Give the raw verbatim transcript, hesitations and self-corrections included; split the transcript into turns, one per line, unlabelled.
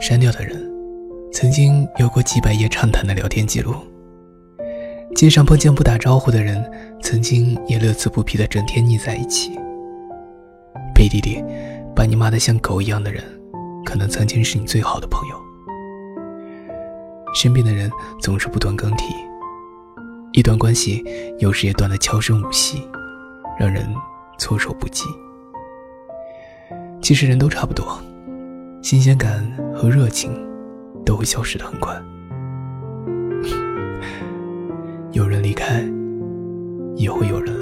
删掉的人曾经有过几百页畅谈的聊天记录，街上碰见不打招呼的人曾经也乐此不疲地整天腻在一起，背地里把你骂得像狗一样的人可能曾经是你最好的朋友。身边的人总是不断更替，一段关系有时也断得悄声无息，让人措手不及。其实人都差不多，新鲜感和热情都会消失得很快。有人离开，也会有人